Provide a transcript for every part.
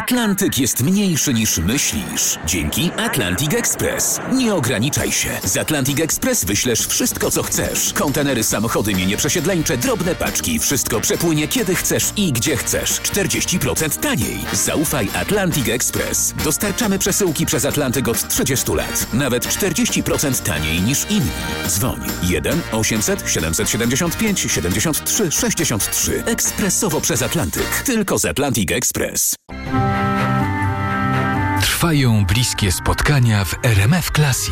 Atlantyk jest mniejszy niż myślisz. Dzięki Atlantic Express. Nie ograniczaj się. Z Atlantic Express wyślesz wszystko, co chcesz. Kontenery, samochody, mienie przesiedleńcze, drobne paczki. Wszystko przepłynie kiedy chcesz i gdzie chcesz. 40% taniej. Zaufaj Atlantic Express. Dostarczamy przesyłki przez Atlantyk od 30 lat. Nawet 40% taniej niż inni. Dzwoń 1-800-775-73-63. Ekspresowo przez Atlantyk. Tylko z Atlantic Express. Trwają bliskie spotkania w RMF Classic.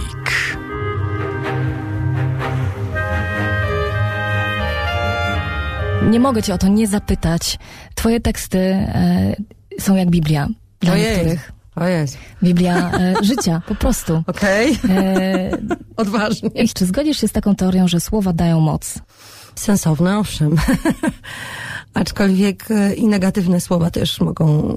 Nie mogę cię o to nie zapytać. Twoje teksty są jak Biblia dla niektórych. O jest. Biblia życia, po prostu. Okej. Odważnie. Czy zgodzisz się z taką teorią, że słowa dają moc? Sensowne, owszem. Aczkolwiek i negatywne słowa też mogą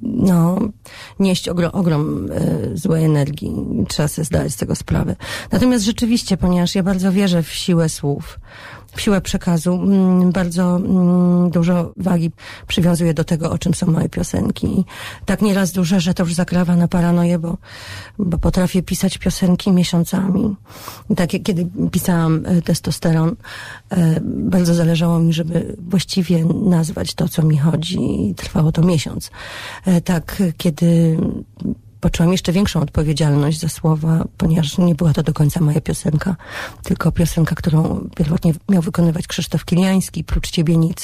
nieść ogrom złej energii. Trzeba sobie zdać z tego sprawę. Natomiast rzeczywiście, ponieważ ja bardzo wierzę w siłę słów, w siłę przekazu, bardzo dużo wagi przywiązuję do tego, o czym są moje piosenki. I tak nieraz duże, że to już zakrawa na paranoję, bo potrafię pisać piosenki miesiącami. I tak kiedy pisałam Testosteron, bardzo zależało mi, żeby właściwie nazwać to, co mi chodzi, i trwało to miesiąc. Tak, kiedy poczułam jeszcze większą odpowiedzialność za słowa, ponieważ nie była to do końca moja piosenka, tylko piosenka, którą pierwotnie miał wykonywać Krzysztof Kiliański, Prócz ciebie nic.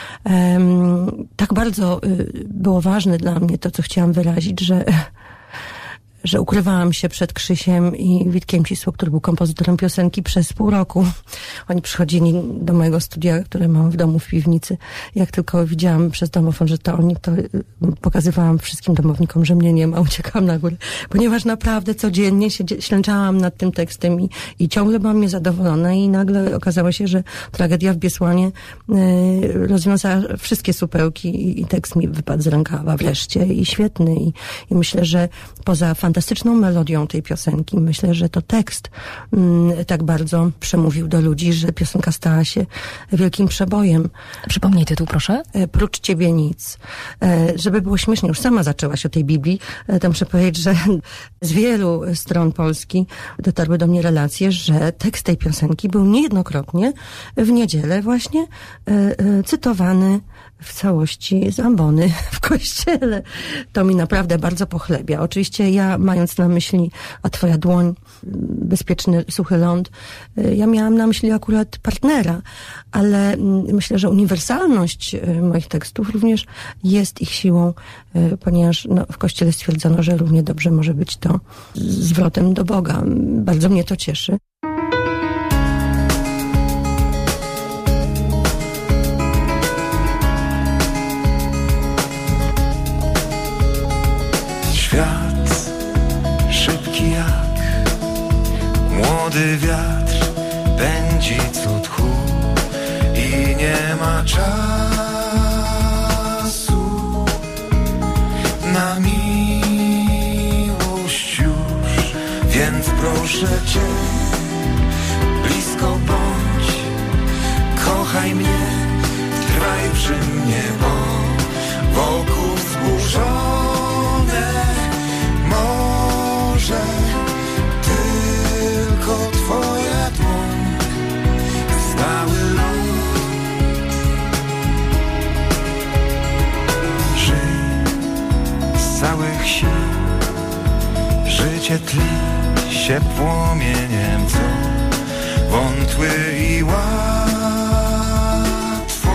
Tak bardzo było ważne dla mnie to, co chciałam wyrazić, że ukrywałam się przed Krzysiem i Witkiem Cisło, który był kompozytorem piosenki, przez pół roku. Oni przychodzili do mojego studia, które mam w domu w piwnicy. Jak tylko widziałam przez domofon, że to oni, to pokazywałam wszystkim domownikom, że mnie nie ma, uciekałam na górę. Ponieważ naprawdę codziennie ślęczałam nad tym tekstem i ciągle byłam niezadowolona i nagle okazało się, że Tragedia w Biesłanie rozwiązała wszystkie supełki i tekst mi wypadł z rękawa wreszcie i świetny. I myślę, że poza fantastyczną melodią tej piosenki, myślę, że to tekst tak bardzo przemówił do ludzi, że piosenka stała się wielkim przebojem. Przypomnij tytuł, proszę. Prócz ciebie nic. Żeby było śmiesznie, już sama zaczęłaś o tej Biblii, to muszę powiedzieć, że z wielu stron Polski dotarły do mnie relacje, że tekst tej piosenki był niejednokrotnie w niedzielę właśnie cytowany w całości z ambony w kościele. To mi naprawdę bardzo pochlebia. Oczywiście ja, mając na myśli, a twoja dłoń, bezpieczny, suchy ląd, ja miałam na myśli akurat partnera, ale myślę, że uniwersalność moich tekstów również jest ich siłą, ponieważ w kościele stwierdzono, że równie dobrze może być to zwrotem do Boga. Bardzo mnie to cieszy. Świat szybki jak młody wiatr pędzi co tchu i nie ma czasu na miłość już, więc proszę cię, blisko bądź, kochaj mnie, trwaj przy mnie, bo wokół wzburzone może tylko twoja dłoń, stały ląd. Żyj z całych sił, życie tli się płomieniem, co wątły i łatwo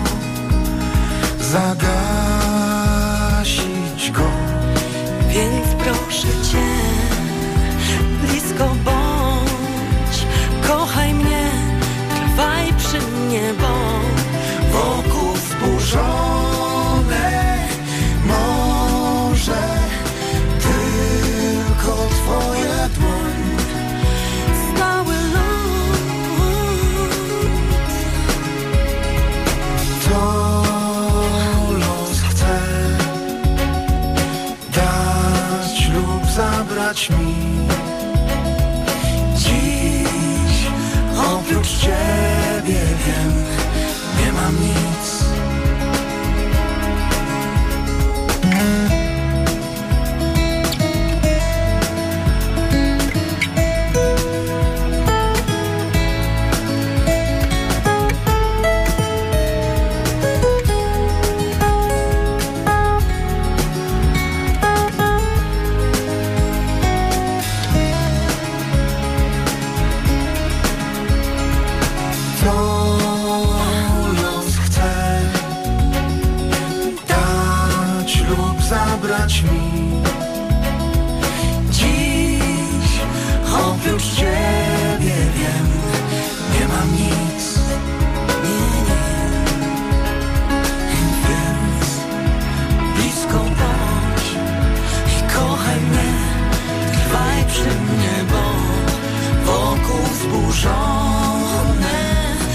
zagasić go. Więc proszę cię, blisko bądź, kochaj mnie, trwaj przy mnie, bo wokół wzburzone może tylko twoja dłoń, stały ląd. To los chce dać lub zabrać mi. Dziś oprócz ciebie wiem, nie mam nic. zabrać mi. Dziś oprócz ciebie wiem, nie mam nic. Więc blisko bądź i kochaj mnie, trwaj przy mnie, bo wokół wzburzone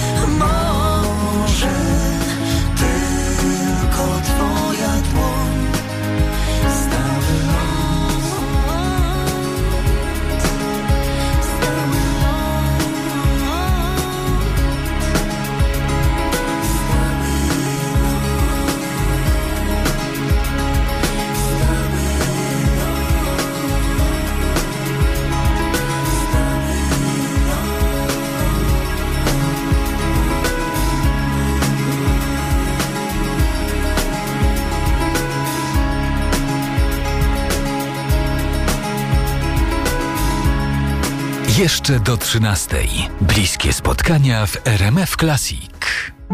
może tylko twoja dłoń. Stały ląd, stały Jeszcze do 13:00. Bliskie spotkania w RMF Classic.